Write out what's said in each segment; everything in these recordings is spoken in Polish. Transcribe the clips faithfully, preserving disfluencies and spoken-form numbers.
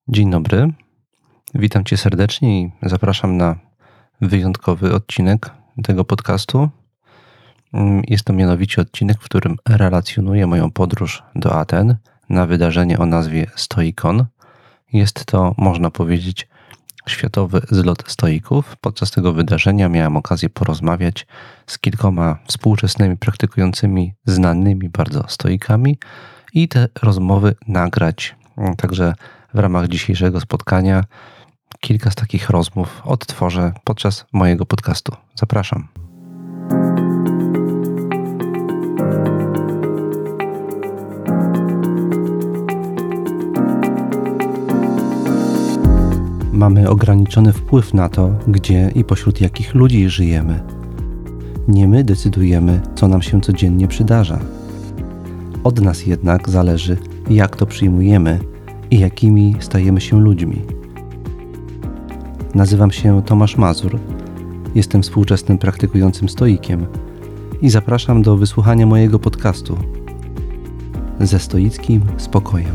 Dzień dobry, witam Cię serdecznie i zapraszam na wyjątkowy odcinek tego podcastu. Jest to mianowicie odcinek, w którym relacjonuję moją podróż do Aten na wydarzenie o nazwie Stoikon. Jest to, można powiedzieć, światowy zlot stoików. Podczas tego wydarzenia miałem okazję porozmawiać z kilkoma współczesnymi, praktykującymi, znanymi bardzo stoikami i te rozmowy nagrać. Także w ramach dzisiejszego spotkania kilka z takich rozmów odtworzę podczas mojego podcastu. Zapraszam. Mamy ograniczony wpływ na to, gdzie i pośród jakich ludzi żyjemy. Nie my decydujemy, co nam się codziennie przydarza. Od nas jednak zależy, jak to przyjmujemy i jakimi stajemy się ludźmi. Nazywam się Tomasz Mazur, jestem współczesnym praktykującym stoikiem i zapraszam do wysłuchania mojego podcastu ze stoickim spokojem.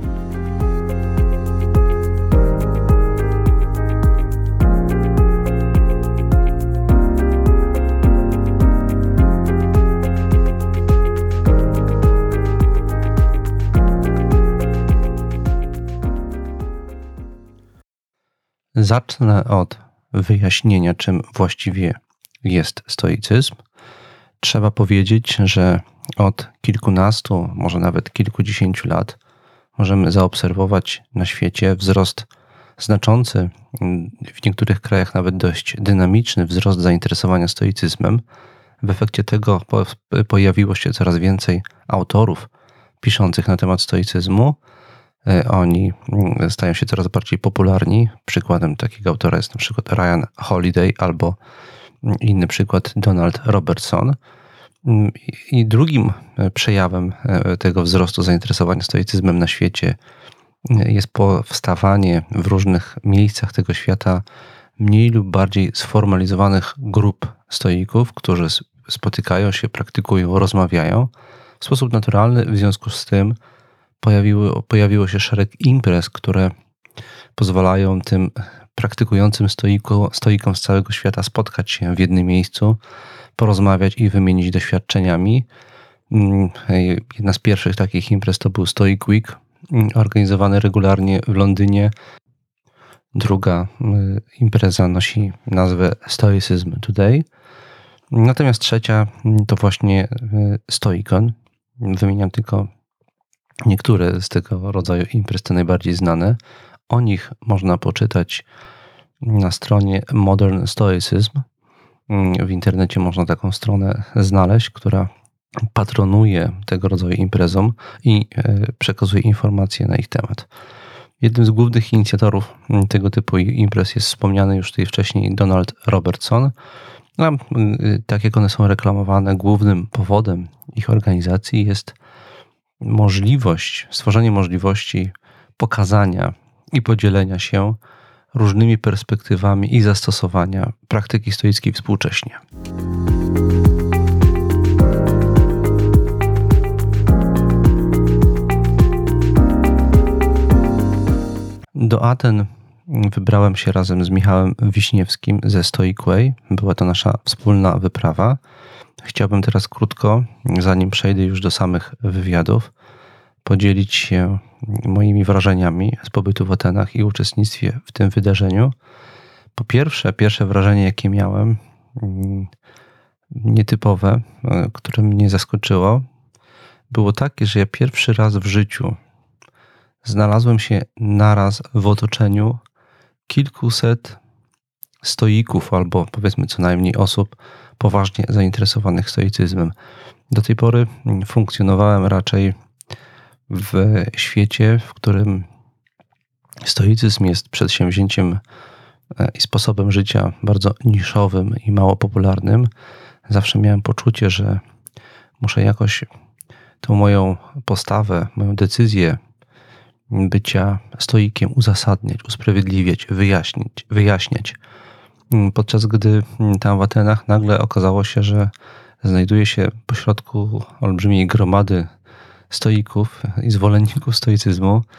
Zacznę od wyjaśnienia, czym właściwie jest stoicyzm. Trzeba powiedzieć, że od kilkunastu, może nawet kilkudziesięciu lat możemy zaobserwować na świecie wzrost znaczący, w niektórych krajach nawet dość dynamiczny wzrost zainteresowania stoicyzmem. W efekcie tego pojawiło się coraz więcej autorów piszących na temat stoicyzmu. Oni stają się coraz bardziej popularni. Przykładem takiego autora jest na przykład Ryan Holiday albo inny przykład Donald Robertson. I drugim przejawem tego wzrostu zainteresowania stoicyzmem na świecie jest powstawanie w różnych miejscach tego świata mniej lub bardziej sformalizowanych grup stoików, którzy spotykają się, praktykują, rozmawiają w sposób naturalny. W związku z tym Pojawiły, pojawiło się szereg imprez, które pozwalają tym praktykującym stoiku, stoikom z całego świata spotkać się w jednym miejscu, porozmawiać i wymienić doświadczeniami. Jedna z pierwszych takich imprez to był Stoic Week, organizowany regularnie w Londynie. Druga impreza nosi nazwę Stoicism Today. Natomiast trzecia to właśnie Stoikon. Wymieniam tylko niektóre z tego rodzaju imprez, te najbardziej znane. O nich można poczytać na stronie Modern Stoicism. W internecie można taką stronę znaleźć, która patronuje tego rodzaju imprezom i przekazuje informacje na ich temat. Jednym z głównych inicjatorów tego typu imprez jest wspomniany już tutaj wcześniej Donald Robertson. A tak jak one są reklamowane, głównym powodem ich organizacji jest możliwość, stworzenie możliwości pokazania i podzielenia się różnymi perspektywami i zastosowania praktyki stoickiej współcześnie. Do Aten wybrałem się razem z Michałem Wiśniewskim ze Stoic Way. Była to nasza wspólna wyprawa. Chciałbym teraz krótko, zanim przejdę już do samych wywiadów, podzielić się moimi wrażeniami z pobytu w Atenach i uczestnictwie w tym wydarzeniu. Po pierwsze, pierwsze wrażenie, jakie miałem, nietypowe, które mnie zaskoczyło, było takie, że ja pierwszy raz w życiu znalazłem się naraz w otoczeniu kilkuset stoików, albo powiedzmy co najmniej osób poważnie zainteresowanych stoicyzmem. Do tej pory funkcjonowałem raczej w świecie, w którym stoicyzm jest przedsięwzięciem i sposobem życia bardzo niszowym i mało popularnym. Zawsze miałem poczucie, że muszę jakoś tą moją postawę, moją decyzję bycia stoikiem uzasadniać, usprawiedliwiać, wyjaśnić, wyjaśniać. Podczas gdy tam w Atenach nagle okazało się, że znajduje się pośrodku olbrzymiej gromady stoików i zwolenników stoicyzmu,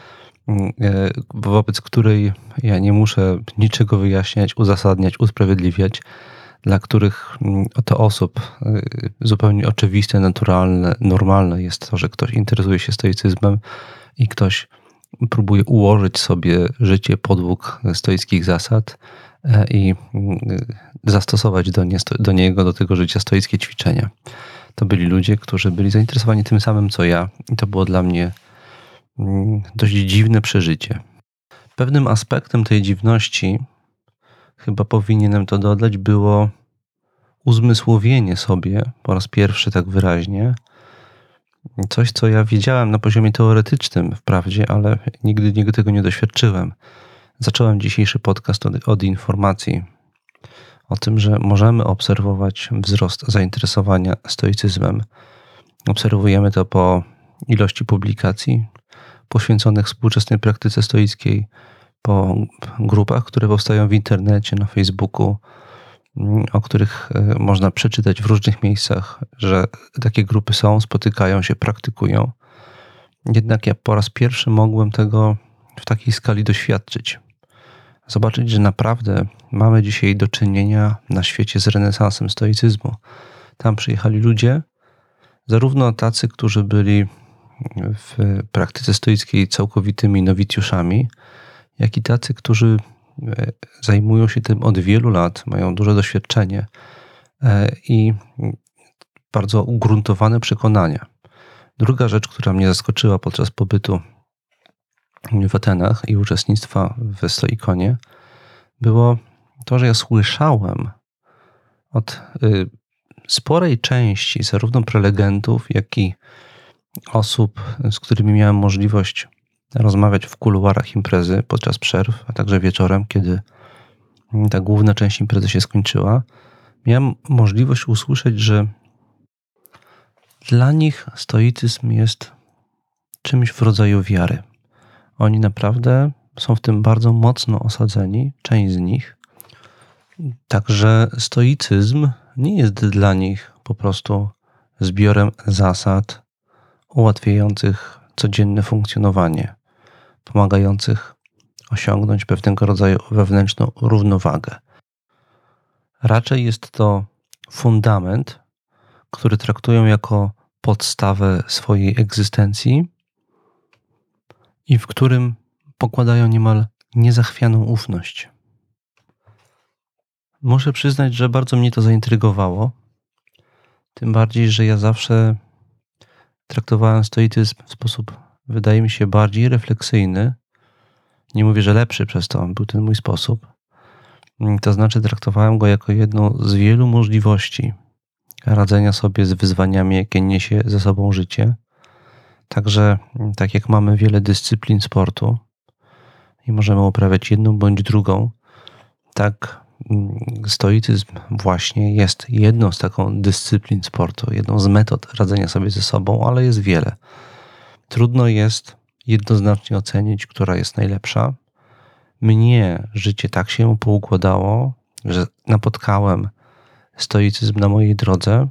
wobec której ja nie muszę niczego wyjaśniać, uzasadniać, usprawiedliwiać, dla których to osób zupełnie oczywiste, naturalne, normalne jest to, że ktoś interesuje się stoicyzmem i ktoś próbuje ułożyć sobie życie podług stoickich zasad i zastosować do, nie, do niego, do tego życia stoickie ćwiczenia. To byli ludzie, którzy byli zainteresowani tym samym, co ja, i to było dla mnie dość dziwne przeżycie. Pewnym aspektem tej dziwności, chyba powinienem to dodać, było uzmysłowienie sobie po raz pierwszy tak wyraźnie coś, co ja wiedziałem na poziomie teoretycznym wprawdzie, ale nigdy, nigdy tego nie doświadczyłem. Zacząłem dzisiejszy podcast od, od informacji o tym, że możemy obserwować wzrost zainteresowania stoicyzmem. Obserwujemy to po ilości publikacji poświęconych współczesnej praktyce stoickiej, po grupach, które powstają w internecie, na Facebooku, o których można przeczytać w różnych miejscach, że takie grupy są, spotykają się, praktykują. Jednak ja po raz pierwszy mogłem tego w takiej skali doświadczyć. Zobaczyć, że naprawdę mamy dzisiaj do czynienia na świecie z renesansem stoicyzmu. Tam przyjechali ludzie, zarówno tacy, którzy byli w praktyce stoickiej całkowitymi nowicjuszami, jak i tacy, którzy zajmują się tym od wielu lat, mają duże doświadczenie i bardzo ugruntowane przekonania. Druga rzecz, która mnie zaskoczyła podczas pobytu w Atenach i uczestnictwa w Stoikonie, było to, że ja słyszałem od sporej części zarówno prelegentów, jak i osób, z którymi miałem możliwość rozmawiać w kuluarach imprezy podczas przerw, a także wieczorem, kiedy ta główna część imprezy się skończyła, miałem możliwość usłyszeć, że dla nich stoicyzm jest czymś w rodzaju wiary. Oni naprawdę są w tym bardzo mocno osadzeni, część z nich. Także stoicyzm nie jest dla nich po prostu zbiorem zasad ułatwiających codzienne funkcjonowanie, pomagających osiągnąć pewnego rodzaju wewnętrzną równowagę. Raczej jest to fundament, który traktują jako podstawę swojej egzystencji i w którym pokładają niemal niezachwianą ufność. Muszę przyznać, że bardzo mnie to zaintrygowało, tym bardziej, że ja zawsze traktowałem stoicyzm w sposób, wydaje mi się, bardziej refleksyjny. Nie mówię, że lepszy przez to był ten mój sposób. To znaczy traktowałem go jako jedną z wielu możliwości radzenia sobie z wyzwaniami, jakie niesie ze sobą życie. Także tak jak mamy wiele dyscyplin sportu i możemy uprawiać jedną bądź drugą, tak stoicyzm właśnie jest jedną z taką dyscyplin sportu, jedną z metod radzenia sobie ze sobą, ale jest wiele. Trudno jest jednoznacznie ocenić, która jest najlepsza. Mnie życie tak się poukładało, że napotkałem stoicyzm na mojej drodze.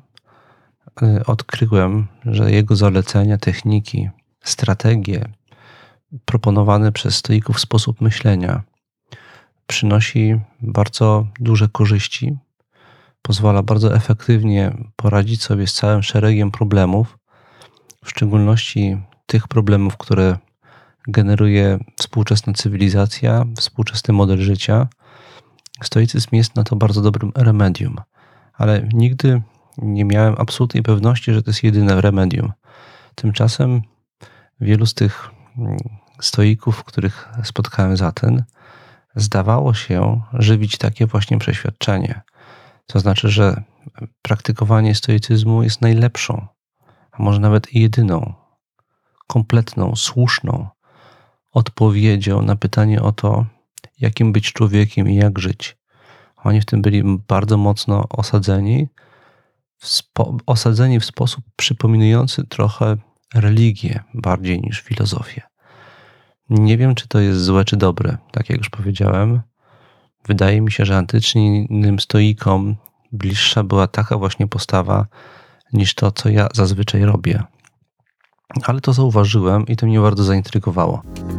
Odkryłem, że jego zalecenia, techniki, strategie proponowane przez stoików sposób myślenia przynosi bardzo duże korzyści, pozwala bardzo efektywnie poradzić sobie z całym szeregiem problemów, w szczególności tych problemów, które generuje współczesna cywilizacja, współczesny model życia. Stoicyzm jest na to bardzo dobrym remedium, ale nigdy nie miałem absolutnej pewności, że to jest jedyne remedium. Tymczasem wielu z tych stoików, których spotkałem z Aten, zdawało się żywić takie właśnie przeświadczenie. To znaczy, że praktykowanie stoicyzmu jest najlepszą, a może nawet i jedyną, kompletną, słuszną odpowiedzią na pytanie o to, jakim być człowiekiem i jak żyć. Oni w tym byli bardzo mocno osadzeni, w spo, osadzeni w sposób przypominający trochę religię bardziej niż filozofię. Nie wiem, czy to jest złe, czy dobre. Tak jak już powiedziałem, wydaje mi się, że antycznym stoikom bliższa była taka właśnie postawa niż to, co ja zazwyczaj robię. Ale to zauważyłem i to mnie bardzo zaintrygowało.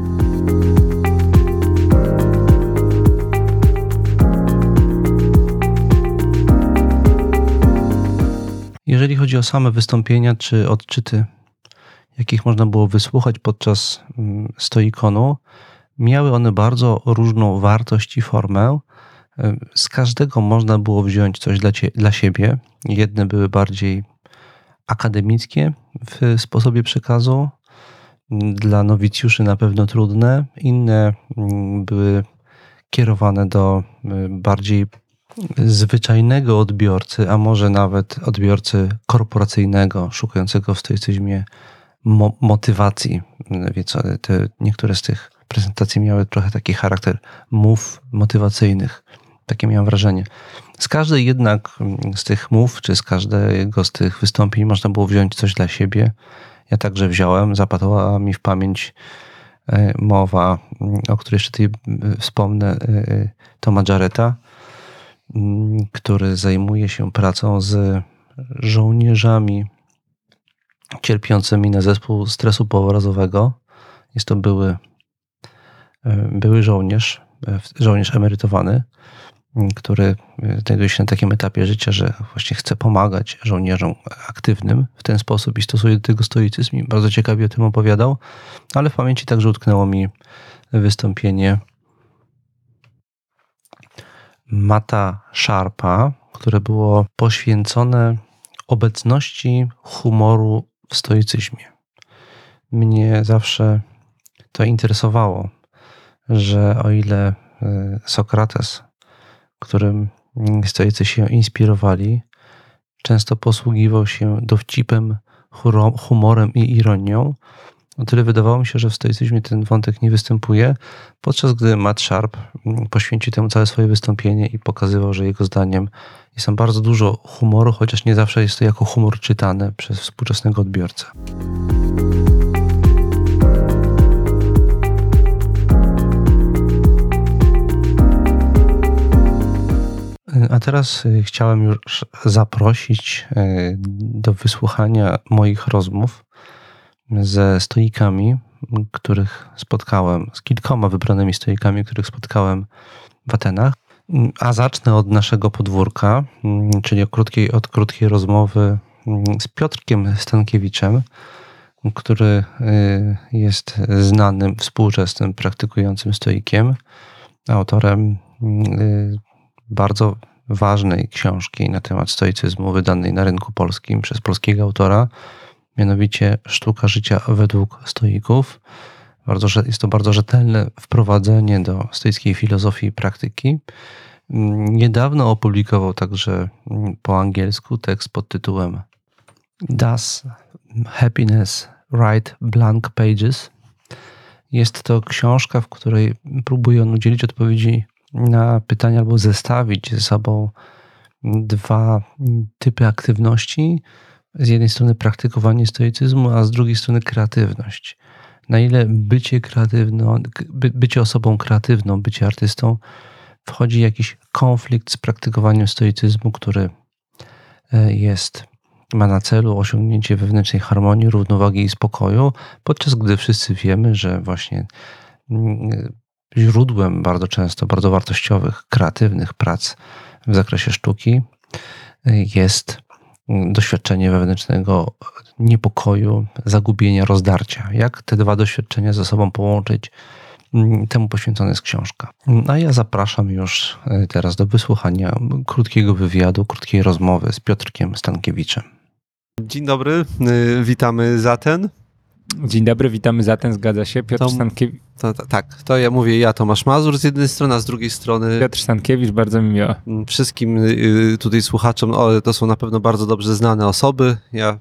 Jeżeli chodzi o same wystąpienia czy odczyty, jakich można było wysłuchać podczas stoikonu, miały one bardzo różną wartość i formę. Z każdego można było wziąć coś dla, cie, dla siebie. Jedne były bardziej akademickie w sposobie przekazu, dla nowicjuszy na pewno trudne. Inne były kierowane do bardziej zwyczajnego odbiorcy, a może nawet odbiorcy korporacyjnego, szukającego w stoicyzmie mo- motywacji. Więc te, niektóre z tych prezentacji miały trochę taki charakter mów motywacyjnych. Takie miałem wrażenie. Z każdej jednak z tych mów, czy z każdego z tych wystąpień można było wziąć coś dla siebie. Ja także wziąłem, zapadła mi w pamięć mowa, o której jeszcze tutaj wspomnę, Toma Jarretta, który zajmuje się pracą z żołnierzami cierpiącymi na zespół stresu pourazowego. Jest to były, były żołnierz, żołnierz emerytowany, który znajduje się na takim etapie życia, że właśnie chce pomagać żołnierzom aktywnym w ten sposób i stosuje do tego stoicyzm i bardzo ciekawie o tym opowiadał, ale w pamięci także utknęło mi wystąpienie Matta Sharpa, które było poświęcone obecności humoru w stoicyzmie. Mnie zawsze to interesowało, że o ile Sokrates, którym stoicy się inspirowali, często posługiwał się dowcipem, humorem i ironią, o tyle wydawało mi się, że w stoicyzmie ten wątek nie występuje, podczas gdy Matt Sharp poświęcił temu całe swoje wystąpienie i pokazywał, że jego zdaniem jest tam bardzo dużo humoru, chociaż nie zawsze jest to jako humor czytane przez współczesnego odbiorcę. A teraz chciałem już zaprosić do wysłuchania moich rozmów ze stoikami, których spotkałem, z kilkoma wybranymi stoikami, których spotkałem w Atenach. A zacznę od naszego podwórka, czyli od krótkiej, od krótkiej rozmowy z Piotrkiem Stankiewiczem, który jest znanym, współczesnym, praktykującym stoikiem, autorem bardzo ważnej książki na temat stoicyzmu, wydanej na rynku polskim przez polskiego autora, mianowicie Sztuka życia według stoików. Bardzo, jest to bardzo rzetelne wprowadzenie do stoickiej filozofii i praktyki. Niedawno opublikował także po angielsku tekst pod tytułem Does Happiness Write Blank Pages? Jest to książka, w której próbuje on udzielić odpowiedzi na pytania albo zestawić ze sobą dwa typy aktywności. Z jednej strony praktykowanie stoicyzmu, a z drugiej strony kreatywność. Na ile bycie kreatywną, by, bycie osobą kreatywną, bycie artystą wchodzi jakiś konflikt z praktykowaniem stoicyzmu, który jest, ma na celu osiągnięcie wewnętrznej harmonii, równowagi i spokoju, podczas gdy wszyscy wiemy, że właśnie źródłem bardzo często, bardzo wartościowych, kreatywnych prac w zakresie sztuki jest doświadczenie wewnętrznego niepokoju, zagubienia, rozdarcia. Jak te dwa doświadczenia ze sobą połączyć? Temu poświęcona jest książka. A ja zapraszam już teraz do wysłuchania krótkiego wywiadu, krótkiej rozmowy z Piotrkiem Stankiewiczem. Dzień dobry, witamy z Aten. Dzień dobry, witamy z Aten, zgadza się. Piotr to, Stankiewicz. To, to, tak, to ja mówię ja, Tomasz Mazur z jednej strony, a z drugiej strony... Piotr Stankiewicz, bardzo mi miło. Wszystkim tutaj słuchaczom, o, to są na pewno bardzo dobrze znane osoby. Ja,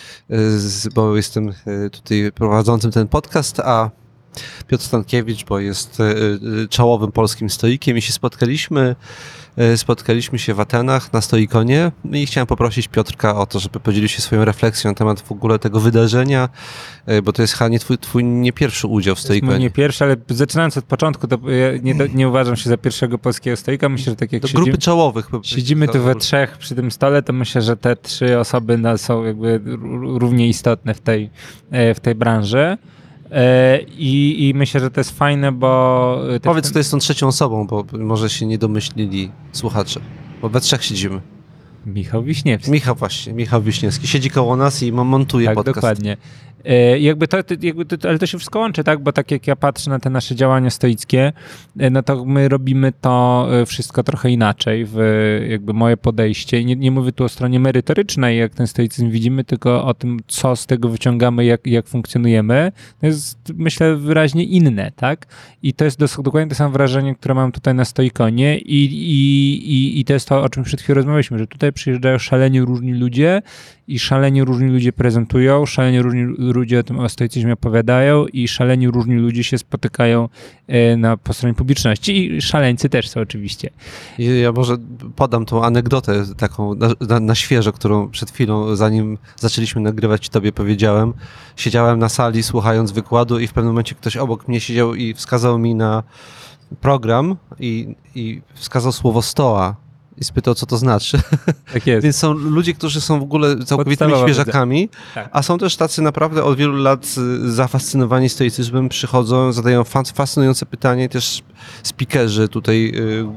bo jestem tutaj prowadzącym ten podcast, a Piotr Stankiewicz, bo jest czołowym polskim stoikiem i się spotkaliśmy, spotkaliśmy się w Atenach na stoikonie i chciałem poprosić Piotrka o to, żeby podzielił się swoją refleksją na temat w ogóle tego wydarzenia, bo to jest chyba nie twój, twój nie pierwszy udział w stoikonie. To jest mój nie pierwszy, ale zaczynając od początku, to ja nie, nie uważam się za pierwszego polskiego stoika. Myślę, że tak jak do siedzimy, grupy czołowych. Siedzimy tu we trzech przy tym stole, to myślę, że te trzy osoby są jakby równie istotne w tej, w tej branży. I, I myślę, że to jest fajne, bo... Powiedz, kto jest tą trzecią osobą, bo może się nie domyślili słuchacze, bo we trzech siedzimy. Michał Wiśniewski. Michał właśnie, Michał Wiśniewski. Siedzi koło nas i montuje tak, podcast. Dokładnie. E, jakby to, jakby to, ale to się wszystko łączy, tak? Bo tak jak ja patrzę na te nasze działania stoickie, no to my robimy to wszystko trochę inaczej, w jakby moje podejście. Nie, nie mówię tu o stronie merytorycznej, jak ten stoicyzm widzimy, tylko o tym, co z tego wyciągamy, jak, jak funkcjonujemy. To jest, myślę, wyraźnie inne, tak? I to jest dos- dokładnie to samo wrażenie, które mam tutaj na Stoikonie i, i, i, i to jest to, o czym przed chwilą rozmawialiśmy, że tutaj przyjeżdżają szalenie różni ludzie i szalenie różni ludzie prezentują, szalenie różni ludzie o tym o stoicyzmie opowiadają i szaleni różni ludzie się spotykają na, po stronie publiczności i szaleńcy też są oczywiście. I ja może podam tą anegdotę taką na, na, na świeżo, którą przed chwilą, zanim zaczęliśmy nagrywać, tobie powiedziałem. Siedziałem na sali słuchając wykładu i w pewnym momencie ktoś obok mnie siedział i wskazał mi na program i, i wskazał słowo stoa. I spytał, co to znaczy. Tak jest. Więc są ludzie, którzy są w ogóle całkowitymi Podstawowa świeżakami, tak. A są też tacy naprawdę od wielu lat zafascynowani stoicyzmem, przychodzą, zadają fascynujące pytania i też speakerzy tutaj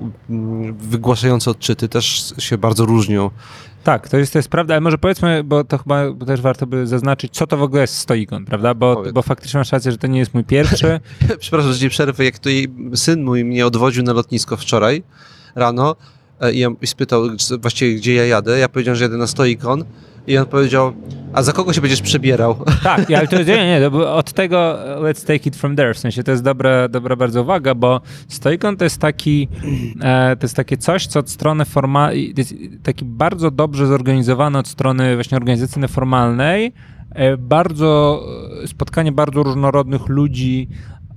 wygłaszający odczyty też się bardzo różnią. Tak, to jest, to jest prawda, ale może powiedzmy, bo to chyba też warto by zaznaczyć, co to w ogóle jest Stoikon, prawda? Bo, bo faktycznie masz rację, że to nie jest mój pierwszy. Przepraszam, że nie przerwę, jak tutaj syn mój mnie odwoził na lotnisko wczoraj rano, i on spytał właściwie, gdzie ja jadę. Ja powiedziałem, że jadę na Stoikon i on powiedział, a za kogo się będziesz przebierał? Tak, ale to jest, nie, nie, od tego let's take it from there, w sensie to jest dobra, dobra bardzo uwaga, bo Stoikon to jest taki, e, to jest takie coś, co od strony formalnej, taki bardzo dobrze zorganizowany od strony właśnie organizacyjnej, formalnej, e, bardzo, spotkanie bardzo różnorodnych ludzi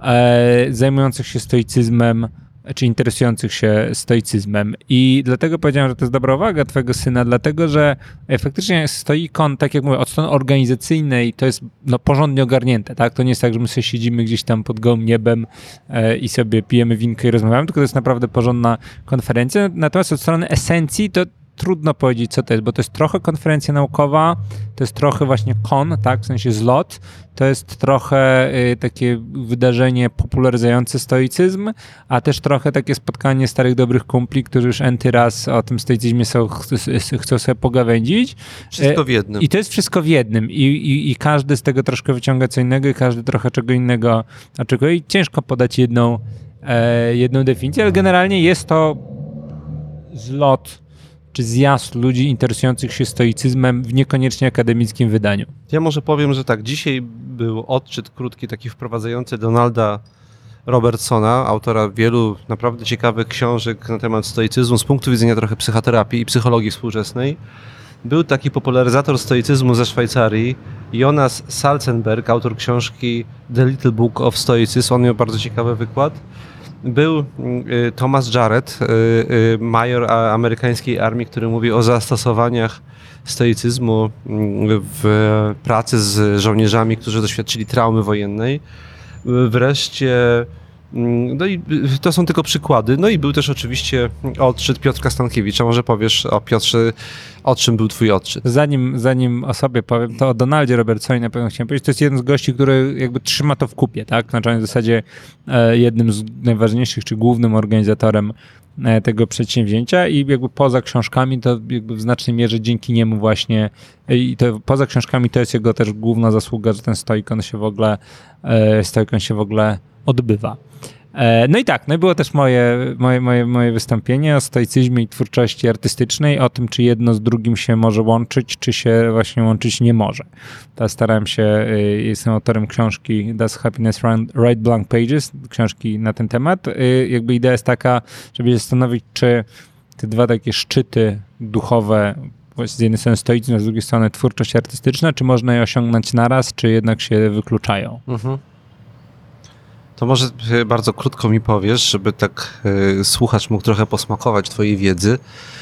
e, zajmujących się stoicyzmem, czy interesujących się stoicyzmem. I dlatego powiedziałem, że to jest dobra uwaga twojego syna, dlatego, że faktycznie Stoikon, tak jak mówię, od strony organizacyjnej to jest no, porządnie ogarnięte, tak? To nie jest tak, że my sobie siedzimy gdzieś tam pod gołym niebem e, i sobie pijemy winko i rozmawiamy, tylko to jest naprawdę porządna konferencja. Natomiast od strony esencji to trudno powiedzieć, co to jest, bo to jest trochę konferencja naukowa, to jest trochę właśnie kon, tak, w sensie zlot, to jest trochę y, takie wydarzenie popularyzujące stoicyzm, a też trochę takie spotkanie starych dobrych kumpli, którzy już enty raz o tym stoicyzmie są, ch- ch- chcą sobie pogawędzić. Wszystko w jednym. I to jest wszystko w jednym I, i, i każdy z tego troszkę wyciąga co innego i każdy trochę czego innego oczekuje i ciężko podać jedną, e, jedną definicję, ale generalnie jest to zlot czy zjazd ludzi interesujących się stoicyzmem w niekoniecznie akademickim wydaniu. Ja może powiem, że tak, dzisiaj był odczyt krótki, taki wprowadzający Donalda Robertsona, autora wielu naprawdę ciekawych książek na temat stoicyzmu z punktu widzenia trochę psychoterapii i psychologii współczesnej. Był taki popularyzator stoicyzmu ze Szwajcarii, Jonas Salzenberg, autor książki The Little Book of Stoicism, on miał bardzo ciekawy wykład. Był Thomas Jarrett, major amerykańskiej armii, który mówi o zastosowaniach stoicyzmu w pracy z żołnierzami, którzy doświadczyli traumy wojennej. Wreszcie, no i to są tylko przykłady. No i był też oczywiście odczyt Piotrka Stankiewicza. Może powiesz o Piotrze, o czym był twój odczyt? Zanim, zanim o sobie powiem, to o Donaldzie Robertsonie na pewno chciałem powiedzieć. To jest jeden z gości, który jakby trzyma to w kupie, tak? Znaczy w zasadzie e, jednym z najważniejszych, czy głównym organizatorem e, tego przedsięwzięcia i jakby poza książkami to jakby w znacznej mierze dzięki niemu właśnie e, i to poza książkami to jest jego też główna zasługa, że ten Stoikon się w ogóle e, Stoikon się w ogóle odbywa. No i tak, no i było też moje, moje, moje, moje wystąpienie o stoicyzmie i twórczości artystycznej, o tym, czy jedno z drugim się może łączyć, czy się właśnie łączyć nie może. To starałem się, jestem autorem książki Does Happiness Write Blank Pages, książki na ten temat. Jakby idea jest taka, żeby się zastanowić, czy te dwa takie szczyty duchowe, z jednej strony stoicyzm, a z drugiej strony twórczość artystyczna, czy można je osiągnąć naraz, czy jednak się wykluczają. Mhm. To może bardzo krótko mi powiesz, żeby tak y, słuchacz mógł trochę posmakować twojej wiedzy.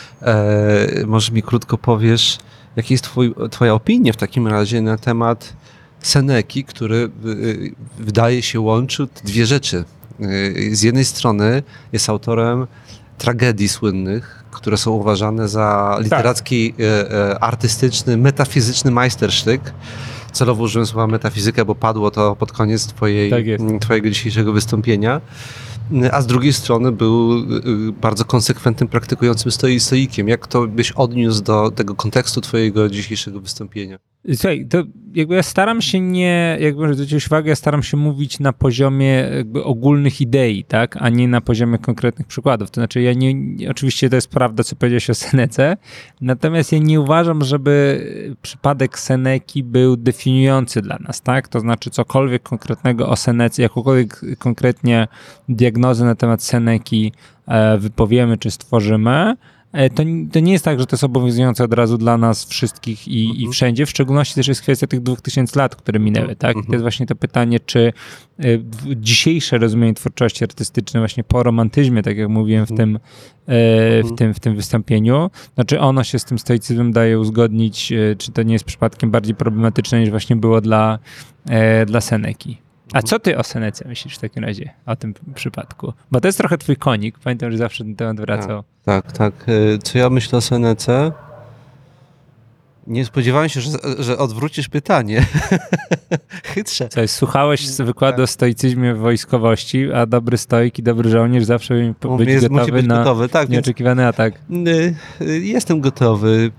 E, może mi krótko powiesz, jaka jest twój, twoja opinia w takim razie na temat Seneki, który y, wydaje się łączył dwie rzeczy. Y, z jednej strony jest autorem tragedii słynnych, które są uważane za literacki, tak. y, y, artystyczny, metafizyczny majstersztyk, celowo użyłem słowa metafizykę, bo padło to pod koniec twojej, Tak jest. twojego dzisiejszego wystąpienia. A z drugiej strony był bardzo konsekwentnym, praktykującym stoi, stoikiem. Jak to byś odniósł do tego kontekstu twojego dzisiejszego wystąpienia? Słuchaj, to jakby ja staram się nie, jakby zwrócić uwagę, ja staram się mówić na poziomie jakby ogólnych idei, tak, a nie na poziomie konkretnych przykładów. To znaczy ja nie, oczywiście to jest prawda, co powiedziałeś o Senece, natomiast ja nie uważam, żeby przypadek Seneki był definiujący dla nas, tak, to znaczy cokolwiek konkretnego o Senece, jakąkolwiek konkretnie diagnozę na temat Seneki wypowiemy czy stworzymy, To, to nie jest tak, że to jest obowiązujące od razu dla nas wszystkich i, mhm. i wszędzie. W szczególności też jest kwestia tych dwóch tysięcy lat, które minęły, tak? I to jest właśnie to pytanie, czy y, dzisiejsze rozumienie twórczości artystycznej właśnie po romantyzmie, tak jak mówiłem w tym, y, w tym, w tym wystąpieniu, znaczy ono się z tym stoicyzmem daje uzgodnić, y, czy to nie jest przypadkiem bardziej problematyczne niż właśnie było dla, y, dla Seneki. A co ty o Senece myślisz w takim razie, o tym przypadku? Bo to jest trochę twój konik, pamiętam, że zawsze ten temat wracał. Tak, tak. Co ja myślę o Senece? Nie spodziewałem się, że, że odwrócisz pytanie. Chytrze. Co, słuchałeś wykładu o stoicyzmie w wojskowości, a dobry stoik i dobry żołnierz zawsze powinien być jest, gotowy być na gotowy. Tak, nieoczekiwany więc, atak. Jestem gotowy.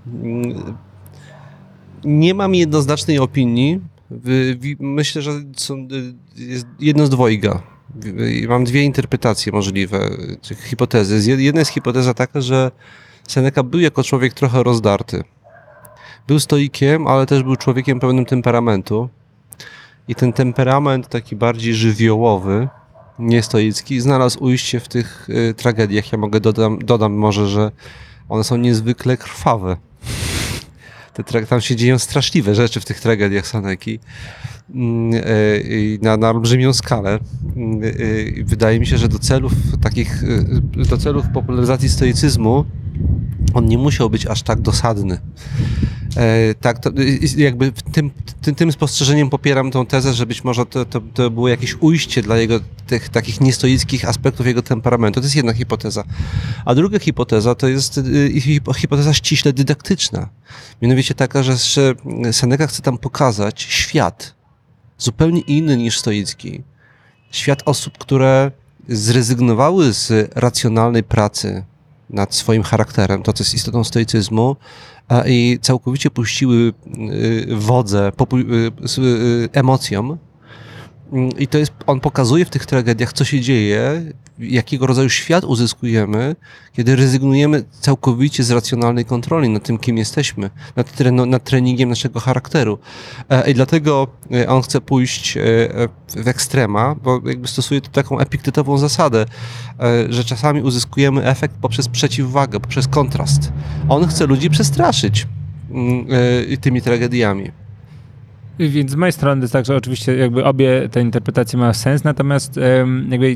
Nie mam jednoznacznej opinii. Myślę, że są, jest jedno z dwojga. Mam dwie interpretacje możliwe, tych hipotezy. Jedna jest hipoteza taka, że Seneca był jako człowiek trochę rozdarty. Był stoikiem, ale też był człowiekiem pełnym temperamentu. I ten temperament taki bardziej żywiołowy, niestoicki, znalazł ujście w tych y, tragediach. Ja mogę dodam, dodam może, że one są niezwykle krwawe. Te, tam się dzieją straszliwe rzeczy w tych tragediach Seneki na, na olbrzymią skalę. Wydaje mi się, że do celów takich, do celów popularyzacji stoicyzmu on nie musiał być aż tak dosadny. Tak, to jakby tym, tym, tym spostrzeżeniem popieram tą tezę, że być może to, to, to było jakieś ujście dla jego tych takich niestoickich aspektów jego temperamentu. To jest jedna hipoteza. A druga hipoteza to jest hipoteza ściśle dydaktyczna. Mianowicie taka, że, że Seneca chce tam pokazać świat zupełnie inny niż stoicki. Świat osób, które zrezygnowały z racjonalnej pracy nad swoim charakterem, to co jest istotą stoicyzmu, i całkowicie puściły wodze emocjom. I to jest, on pokazuje w tych tragediach, co się dzieje, jakiego rodzaju świat uzyskujemy, kiedy rezygnujemy całkowicie z racjonalnej kontroli nad tym, kim jesteśmy, nad, treno, nad treningiem naszego charakteru. I dlatego on chce pójść w ekstrema, bo jakby stosuje to taką epiktetową zasadę, że czasami uzyskujemy efekt poprzez przeciwwagę, poprzez kontrast. On chce ludzi przestraszyć tymi tragediami. Więc z mojej strony jest tak, że oczywiście jakby obie te interpretacje mają sens, natomiast jakby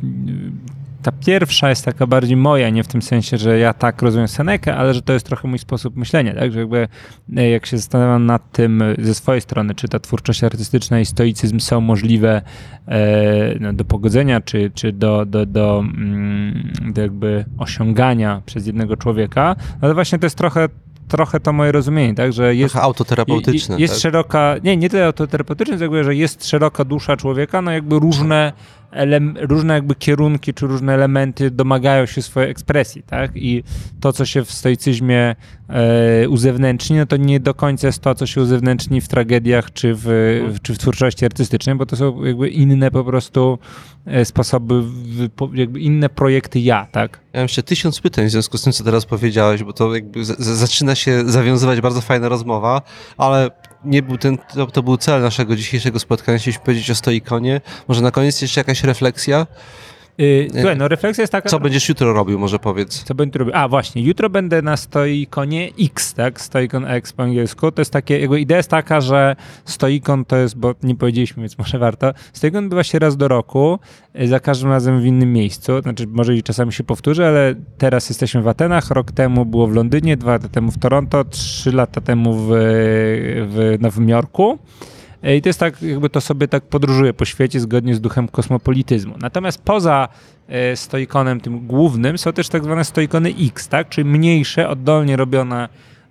ta pierwsza jest taka bardziej moja, nie w tym sensie, że ja tak rozumiem Senekę, ale że to jest trochę mój sposób myślenia, tak, że jakby jak się zastanawiam nad tym ze swojej strony, czy ta twórczość artystyczna i stoicyzm są możliwe no, do pogodzenia, czy, czy do, do, do, do jakby osiągania przez jednego człowieka, ale właśnie to jest trochę trochę to moje rozumienie, tak, że jest trochę autoterapeutyczne. Jest tak? szeroka, nie, nie tyle autoterapeutyczne, jakby, że jest szeroka dusza człowieka, no jakby różne, ele, różne jakby kierunki, czy różne elementy domagają się swojej ekspresji, tak, i to, co się w stoicyzmie e, uzewnętrzni, no to nie do końca jest to, co się uzewnętrzni w tragediach, czy w, w, czy w twórczości artystycznej, bo to są jakby inne po prostu sposoby, jakby inne projekty ja, tak? Ja mam jeszcze tysiąc pytań w związku z tym, co teraz powiedziałeś, bo to jakby z- zaczyna się zawiązywać bardzo fajna rozmowa, ale nie był ten, to, to był cel naszego dzisiejszego spotkania, chcieliśmy powiedzieć o stoikonie. Może na koniec jeszcze jakaś refleksja? Yy, słuchaj, no refleksja jest taka... Co będziesz jutro robił, może powiedz? Co będę robił? A, właśnie, jutro będę na Stoikonie X, tak? Stoikon X po angielsku. To jest takie, jego idea jest taka, że Stoikon to jest, bo nie powiedzieliśmy, więc może warto. Stoikon odbywa się raz do roku, za każdym razem w innym miejscu. Znaczy, może i czasami się powtórzy, ale teraz jesteśmy w Atenach, rok temu było w Londynie, dwa lata temu w Toronto, trzy lata temu w, w Nowym Jorku. I to jest tak, jakby to sobie tak podróżuje po świecie zgodnie z duchem kosmopolityzmu. Natomiast poza e, stoikonem tym głównym są też tak zwane stoikony X, tak? Czyli mniejsze, oddolnie robione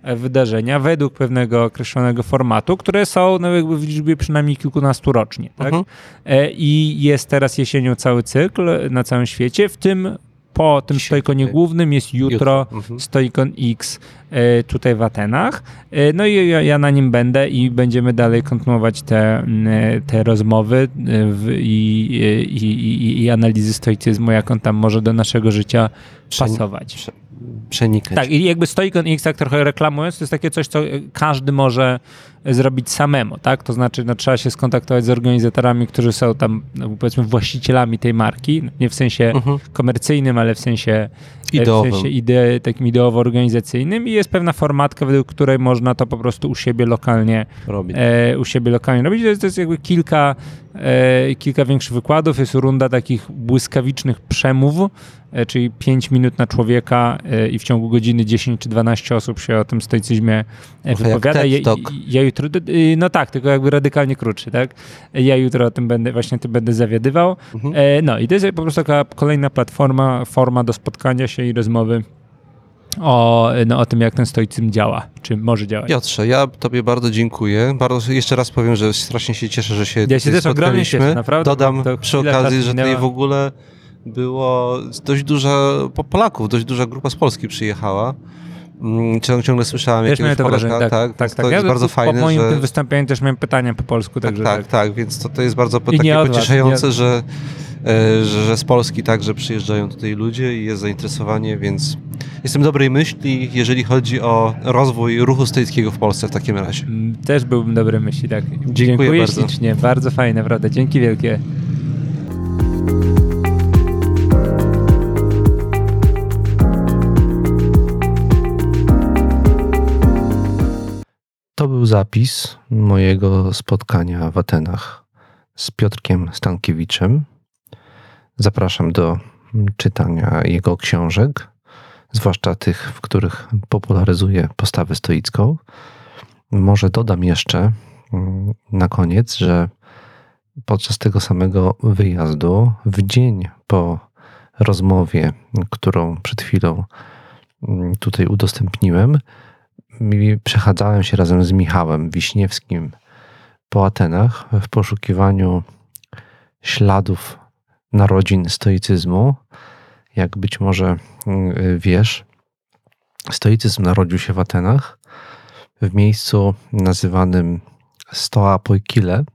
wydarzenia według pewnego określonego formatu, które są no jakby w liczbie przynajmniej kilkunastu rocznie. Tak? Mhm. I jest teraz jesienią cały cykl na całym świecie, w tym po tym Dzisiaj, Stoikonie tutaj. głównym jest jutro, Jutro, mhm. Stoikon X e, tutaj w Atenach. E, no i ja, ja na nim będę i będziemy dalej kontynuować te, m, te rozmowy e, w, i, i, i, i analizy stoicyzmu, jak on tam może do naszego życia Prze- pasować. Prze- przenikać. Tak, i jakby Stoikon X, tak trochę reklamując, to jest takie coś, co każdy może zrobić samemu, tak? To znaczy, no, trzeba się skontaktować z organizatorami, którzy są tam, no, powiedzmy, właścicielami tej marki, nie w sensie Mhm. komercyjnym, ale w sensie Ideowym. w sensie ide, takim ideowo-organizacyjnym i jest pewna formatka, według której można to po prostu u siebie lokalnie Robić. e, u siebie lokalnie robić. To jest, to jest jakby kilka, e, kilka większych wykładów, jest runda takich błyskawicznych przemów, e, czyli pięć minut na człowieka e, i w ciągu godziny dziesięć czy dwanaście osób się o tym stoicyzmie e, Trochę jak wypowiada. TED Ja, Talk. ja jutro, y, no tak, tylko jakby radykalnie krótszy, tak? Ja jutro o tym będę, właśnie tym będę zawiadywał. Mhm. E, no i to jest po prostu taka kolejna platforma, forma do spotkania się i rozmowy o, no, o tym, jak ten stoicyzm działa, czy może działać. Piotrze, ja tobie bardzo dziękuję. Bardzo, jeszcze raz powiem, że strasznie się cieszę, że się Ja się tutaj też ogromnie spotkaliśmy. cieszę, naprawdę, Dodam bo to przy chwilę okazji, czasu że tutaj minęła. w ogóle było dość duża, po Polaków, dość duża grupa z Polski przyjechała. Mm, Ciągle, ciągle słyszałem Też jakiegoś miałem to Polaka, wrażenie, tak, tak, tak. To tak. jest Ja bardzo po fajne, moim że... tym wystąpieniu też miałem pytania po polsku, Tak, także tak, tak. tak, więc to, to jest bardzo po, I takie nie od was, pocieszające, nie- że, e, że, że z Polski także przyjeżdżają tutaj ludzie i jest zainteresowanie, więc jestem dobrej myśli, jeżeli chodzi o rozwój ruchu stoickiego w Polsce w takim razie. Mm, Też byłbym dobrej myśli, tak. Dziękuję bardzo. ślicznie, bardzo fajne, prawda? Dzięki wielkie. To był zapis mojego spotkania w Atenach z Piotrkiem Stankiewiczem. Zapraszam do czytania jego książek, zwłaszcza tych, w których popularyzuje postawę stoicką. Może dodam jeszcze mm, na koniec, że podczas tego samego wyjazdu, w dzień po rozmowie, którą przed chwilą mm, tutaj udostępniłem, mi- przechadzałem się razem z Michałem Wiśniewskim po Atenach w poszukiwaniu śladów narodzin stoicyzmu. Jak być może mm, wiesz, stoicyzm narodził się w Atenach w miejscu nazywanym Stoa Poikile,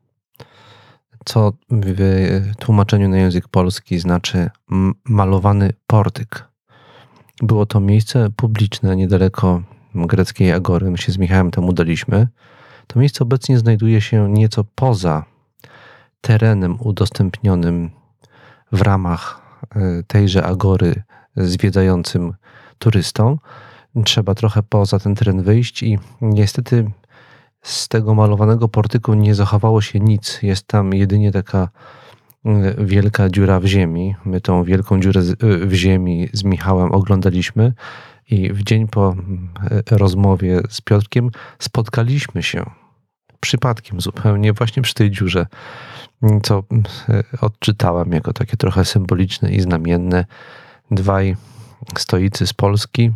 co w tłumaczeniu na język polski znaczy m- malowany portyk. Było to miejsce publiczne niedaleko greckiej Agory. My się z Michałem tam udaliśmy. To miejsce obecnie znajduje się nieco poza terenem udostępnionym w ramach e, tejże Agory zwiedzającym turystom. Trzeba trochę poza ten teren wyjść i niestety z tego malowanego portyku nie zachowało się nic. Jest tam jedynie taka e, wielka dziura w ziemi. My tą wielką dziurę z- e, w ziemi z Michałem oglądaliśmy i w dzień po e, rozmowie z Piotrkiem spotkaliśmy się przypadkiem zupełnie właśnie przy tej dziurze, co e, odczytałem jako takie trochę symboliczne i znamienne. Dwaj stoicy z Polski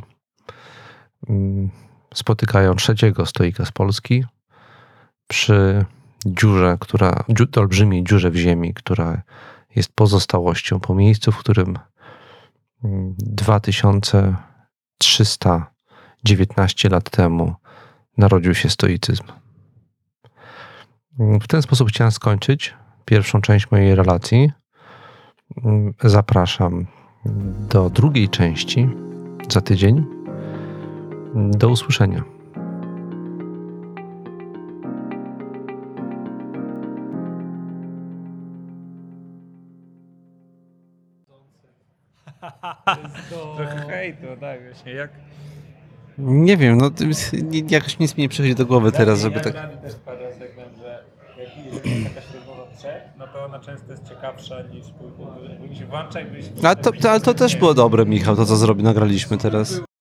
mm, spotykają trzeciego stoika z Polski przy dziurze, która, dziu, olbrzymiej dziurze w ziemi, która jest pozostałością po miejscu, w którym mm, dwa tysiące trzysta dziewiętnaście lat temu narodził się stoicyzm. W ten sposób chciałem skończyć pierwszą część mojej relacji. Zapraszam do drugiej części za tydzień. Do usłyszenia. Trochę hejtu, tak właśnie, jak... Nie wiem, no to jest- nie- jakoś nic mi nie przychodzi do głowy teraz, żeby tak... Ja też wpadłem w segment, że jak jeżeli jest jakaś rozmowa w trzech, no to ona często jest ciekawsza niż pół, pół, pół, pół, się włącza i byś... Ale to, to, ale to też było dobre, Michał, to co zrobi, nagraliśmy teraz.